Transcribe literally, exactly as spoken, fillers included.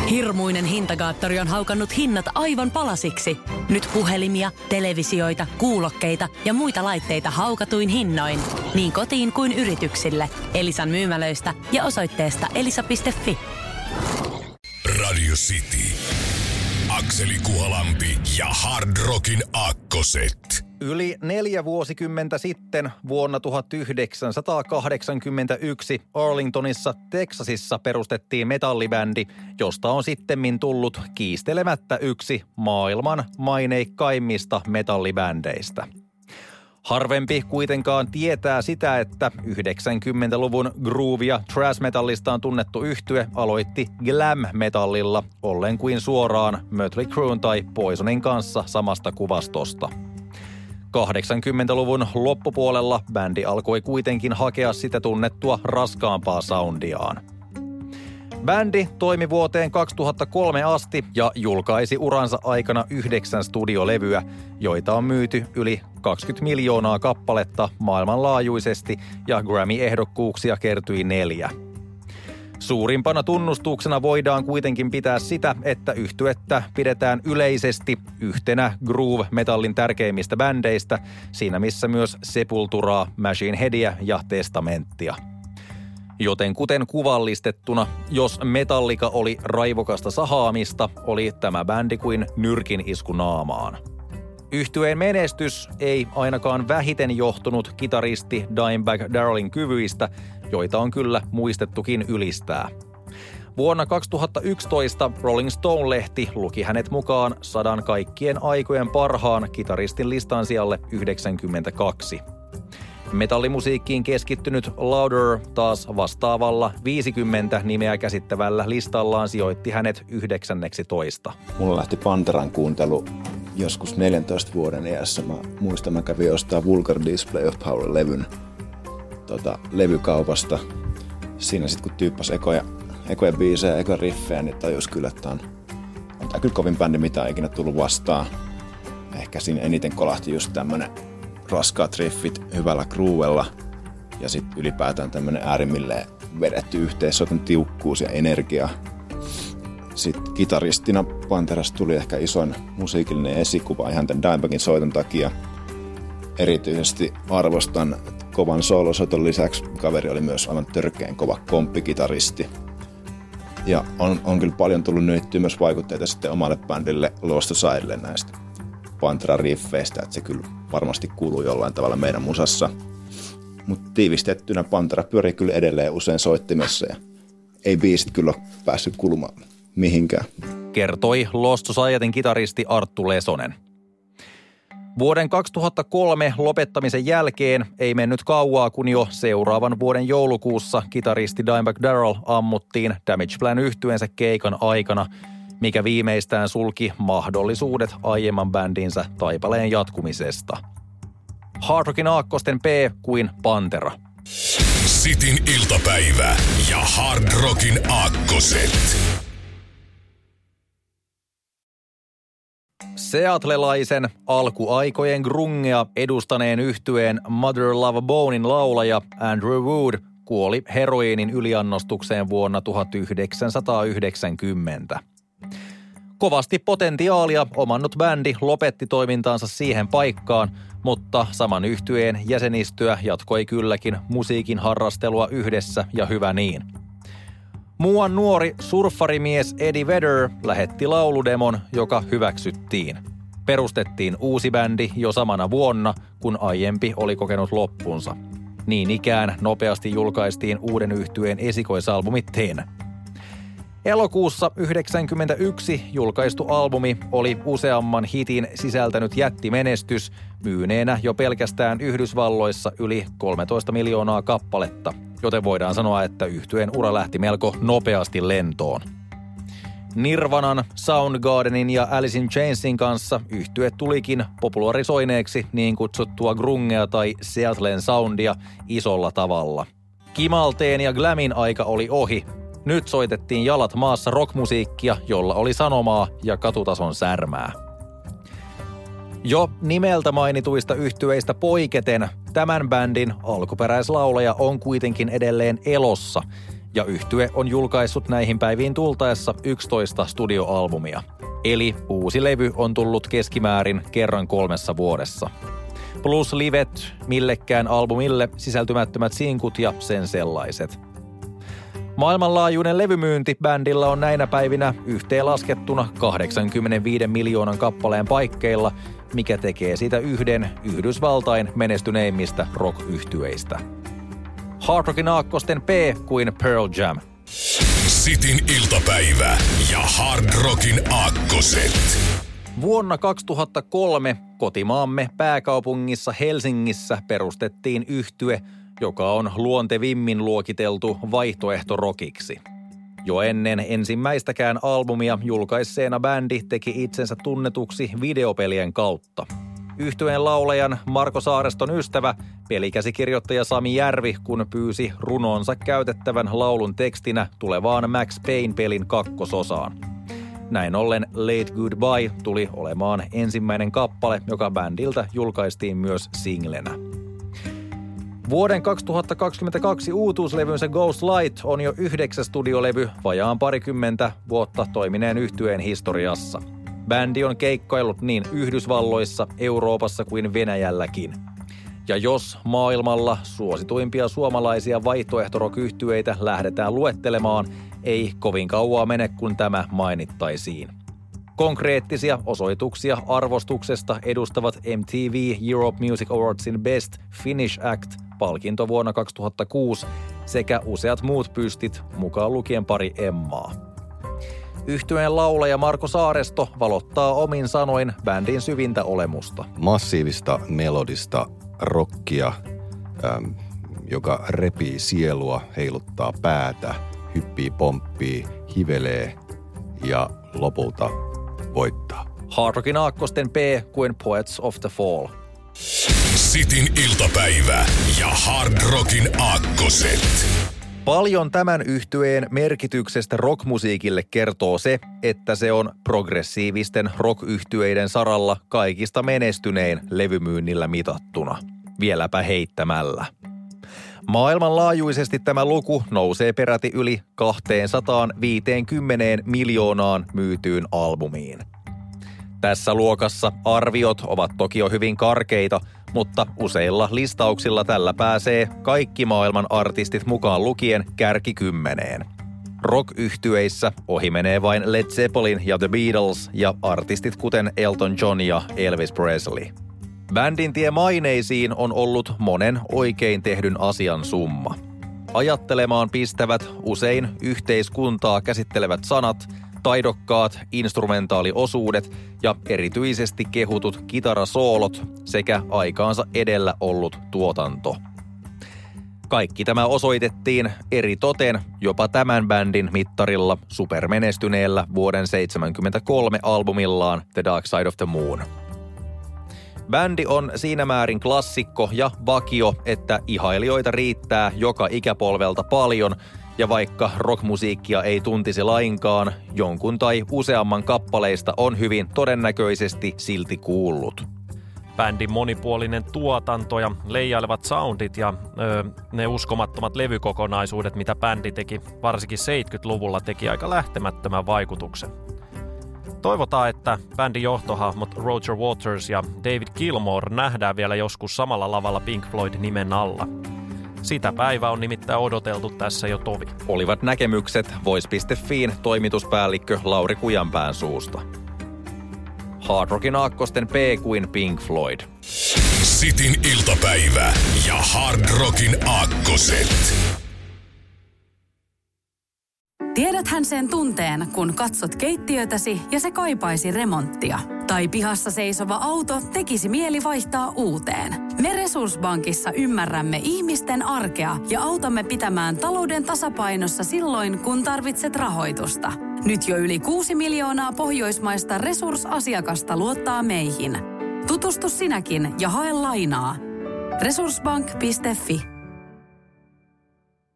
Hirmuinen hintakaattori on haukannut hinnat aivan palasiksi. Nyt puhelimia, televisioita, kuulokkeita ja muita laitteita haukatuin hinnoin. Niin kotiin kuin yrityksille. Elisan myymälöistä ja osoitteesta elisa piste fi. Radio City. Akseli Kuhalampi ja Hard Rockin Aakkoset. Yli neljä vuosikymmentä sitten vuonna tuhatyhdeksänsataakahdeksankymmentäyksi Arlingtonissa, Teksasissa perustettiin metallibändi, josta on sittemmin tullut kiistelemättä yksi maailman maineikkaimmista metallibändeistä. Harvempi kuitenkaan tietää sitä, että yhdeksänkymmentäluvun groove- ja thrash-metallistaan tunnettu yhtye aloitti glam-metallilla ollen kuin suoraan Mötley Cruen tai Poisonin kanssa samasta kuvastosta. kahdeksankymmentäluvun loppupuolella bändi alkoi kuitenkin hakea sitä tunnettua raskaampaa soundiaan. Bändi toimi vuoteen kaksituhattakolme asti ja julkaisi uransa aikana yhdeksän studiolevyä, joita on myyty yli kaksikymmentä miljoonaa kappaletta maailmanlaajuisesti ja Grammy-ehdokkuuksia kertyi neljä. Suurimpana tunnustuksena voidaan kuitenkin pitää sitä, että yhtyettä pidetään yleisesti yhtenä groove-metallin tärkeimmistä bändeistä, siinä missä myös Sepulturaa, Machine Headia ja Testamenttia. Joten kuten kuvallistettuna, jos Metallica oli raivokasta sahaamista, oli tämä bändi kuin nyrkin isku naamaan. Yhtyeen menestys ei ainakaan vähiten johtunut kitaristi Dimebag Darrellin kyvyistä, joita on kyllä muistettukin ylistää. Vuonna kaksituhattayksitoista Rolling Stone-lehti luki hänet mukaan sadan kaikkien aikojen parhaan kitaristin listan sijalle yhdeksänkymmentäkaksi. Metallimusiikkiin keskittynyt Louder taas vastaavalla viisikymmentä nimeä käsittävällä listallaan sijoitti hänet yhdeksänneksi toista. Mulla lähti Panteran kuuntelu joskus neljäntoista vuoden iässä. Mä muistan, mä kävin ostaa Vulgar Display of Power-levyn tota, levykaupasta. Siinä sitten kun tyyppäsi ekoja, ekoja biisejä ja ekoja riffejä, niin tajus kyllä, että on, on tää kyllä kovin bändi, mitä on ikinä tullut vastaan. Ehkä siinä eniten kolahti just tämmönen raskaat riffit hyvällä groovella ja sitten ylipäätään tämmönen äärimmilleen vedetty yhteissoiton tiukkuus ja energia. Sitten kitaristina Panterasta tuli ehkä isoin musiikillinen esikuva ihan tämän Dimebagin soiton takia. Erityisesti arvostan kovan soolosoiton lisäksi kaveri oli myös aivan törkeän kova komppikitaristi. Ja on, on kyllä paljon tullut nyttyä myös vaikutteita sitten omalle bändille Lost Societylle näistä Pantera-riffeistä, että se kyllä varmasti kuuluu jollain tavalla meidän musassa. Mutta tiivistettynä Pantera pyörii kyllä edelleen usein soittimessa ja ei biisit kyllä ole päässyt kulumaan mihinkään. Kertoi Lost Societyn kitaristi Arttu Lesonen. Vuoden kaksituhattakolme lopettamisen jälkeen ei mennyt kauaa, kun jo seuraavan vuoden joulukuussa kitaristi Dimebag Darrell ammuttiin Damage Plan -yhtyeensä keikan aikana, mikä viimeistään sulki mahdollisuudet aiemman bändinsä taipaleen jatkumisesta. Hard Rockin Aakkosten P kuin Pantera. Cityn iltapäivä ja Hard Rockin Aakkoset. Seatlelaisen alkuaikojen grungea edustaneen yhtyeen Mother Love Bonein laulaja Andrew Wood kuoli heroiinin yliannostukseen vuonna tuhatyhdeksänsataayhdeksänkymmentä. Kovasti potentiaalia omannut bändi lopetti toimintaansa siihen paikkaan, mutta saman yhtyeen jäsenistöä jatkoi kylläkin musiikin harrastelua yhdessä ja hyvä niin. Muuan nuori surffarimies Eddie Vedder lähetti lauludemon, joka hyväksyttiin. Perustettiin uusi bändi jo samana vuonna, kun aiempi oli kokenut loppunsa. Niin ikään nopeasti julkaistiin uuden yhtyeen esikoisalbumi Ten. Elokuussa yhdeksänkymmentäyksi julkaistu albumi oli useamman hitin sisältänyt jättimenestys, myyneenä jo pelkästään Yhdysvalloissa yli kolmetoista miljoonaa kappaletta, joten voidaan sanoa, että yhtyeen ura lähti melko nopeasti lentoon. Nirvanan, Soundgardenin ja Alice in Chainsin kanssa yhtye tulikin popularisoineeksi niin kutsuttua grungea tai Seattlen soundia isolla tavalla. Kimalteen ja glamin aika oli ohi. Nyt soitettiin jalat maassa rockmusiikkia, jolla oli sanomaa ja katutason särmää. Jo nimeltä mainituista yhtyeistä poiketen tämän bändin alkuperäislaulaja on kuitenkin edelleen elossa, ja yhtye on julkaissut näihin päiviin tultaessa yksitoista studioalbumia. Eli uusi levy on tullut keskimäärin kerran kolmessa vuodessa. Plus livet, millekään albumille sisältymättömät sinkut ja sen sellaiset. Maailmanlaajuinen levymyynti bändillä on näinä päivinä yhteenlaskettuna kahdeksankymmentäviisi miljoonan kappaleen paikkeilla, mikä tekee siitä yhden Yhdysvaltain menestyneimmistä rock-yhtyeistä. Hard Rockin aakkosten P kuin Pearl Jam. Sitin iltapäivä ja Hard Rockin aakkoset. Vuonna kaksituhattakolme kotimaamme pääkaupungissa Helsingissä perustettiin yhtye, joka on luontevimmin luokiteltu vaihtoehtorokiksi. Jo ennen ensimmäistäkään albumia julkaisseena bändi teki itsensä tunnetuksi videopelien kautta. Yhtyeen laulajan Marko Saareston ystävä, pelikäsikirjoittaja Sami Järvi, kun pyysi runonsa käytettävän laulun tekstinä tulevaan Max Payne-pelin kakkososaan. Näin ollen Late Goodbye tuli olemaan ensimmäinen kappale, joka bändiltä julkaistiin myös singlenä. Vuoden kaksituhattakaksikymmentäkaksi uutuuslevynsä Ghost Light on jo yhdeksäs studiolevy vajaan parikymmentä vuotta toimineen yhtyeen historiassa. Bändi on keikkaillut niin Yhdysvalloissa, Euroopassa kuin Venäjälläkin. Ja jos maailmalla suosituimpia suomalaisia vaihtoehtorock-yhtyeitä lähdetään luettelemaan, ei kovin kauaa mene, kun tämä mainittaisiin. Konkreettisia osoituksia arvostuksesta edustavat M T V Europe Music Awardsin Best Finnish Act-palkinto vuonna kaksituhattakuusi sekä useat muut pystit, mukaan lukien pari Emmaa. Yhtyeen laulaja Marko Saaresto valottaa omin sanoin bändin syvintä olemusta. Massiivista melodista rockia, äm, joka repii sielua, heiluttaa päätä, hyppii, pomppii, hivelee ja lopulta voittaa. Hard Rockin aakkosten P kuin Poets of the Fall. Sitin iltapäivä ja Hard Rockin aakkoset. Paljon tämän yhtyeen merkityksestä rockmusiikille kertoo se, että se on progressiivisten rock-yhtyeiden saralla kaikista menestynein levymyynnillä mitattuna. Vieläpä heittämällä. Maailmanlaajuisesti tämä luku nousee peräti yli kaksisataaviisikymmentä miljoonaan myytyyn albumiin. Tässä luokassa arviot ovat toki jo hyvin karkeita, mutta useilla listauksilla tällä pääsee kaikki maailman artistit mukaan lukien kärkikymmeneen. Rock-yhtyeissä ohi menee vain Led Zeppelin ja The Beatles ja artistit kuten Elton John ja Elvis Presley. Bändin tie maineisiin on ollut monen oikein tehdyn asian summa. Ajattelemaan pistävät usein yhteiskuntaa käsittelevät sanat, taidokkaat instrumentaaliosuudet ja erityisesti kehutut kitarasoolot sekä aikaansa edellä ollut tuotanto. Kaikki tämä osoitettiin eri toten jopa tämän bändin mittarilla supermenestyneellä vuoden seitsemänkymmentäkolme albumillaan The Dark Side of the Moon. Bändi on siinä määrin klassikko ja vakio, että ihailijoita riittää joka ikäpolvelta paljon, ja vaikka rockmusiikkia ei tuntisi lainkaan, jonkun tai useamman kappaleista on hyvin todennäköisesti silti kuullut. Bändin monipuolinen tuotanto ja leijailevat soundit ja öö, ne uskomattomat levykokonaisuudet, mitä bändi teki, varsinkin seitsemänkymmentäluvulla, teki aika lähtemättömän vaikutuksen. Toivotaan, että bändin johtohahmot Roger Waters ja David Gilmour nähdään vielä joskus samalla lavalla Pink Floyd-nimen alla. Sitä päivää on nimittäin odoteltu tässä jo tovi. Olivat näkemykset Voice piste fiin toimituspäällikkö Lauri Kujanpään suusta. Hard Rockin aakkosten P kuin Pink Floyd. Sitin iltapäivä ja Hard Rockin aakkoset. Tiedäthän sen tunteen, kun katsot keittiötäsi ja se kaipaisi remonttia. Tai pihassa seisova auto tekisi mieli vaihtaa uuteen. Me Resurssbankissa ymmärrämme ihmisten arkea ja autamme pitämään talouden tasapainossa silloin, kun tarvitset rahoitusta. Nyt jo yli kuusi miljoonaa pohjoismaista resursasiakasta luottaa meihin. Tutustu sinäkin ja hae lainaa. resurssbank piste fi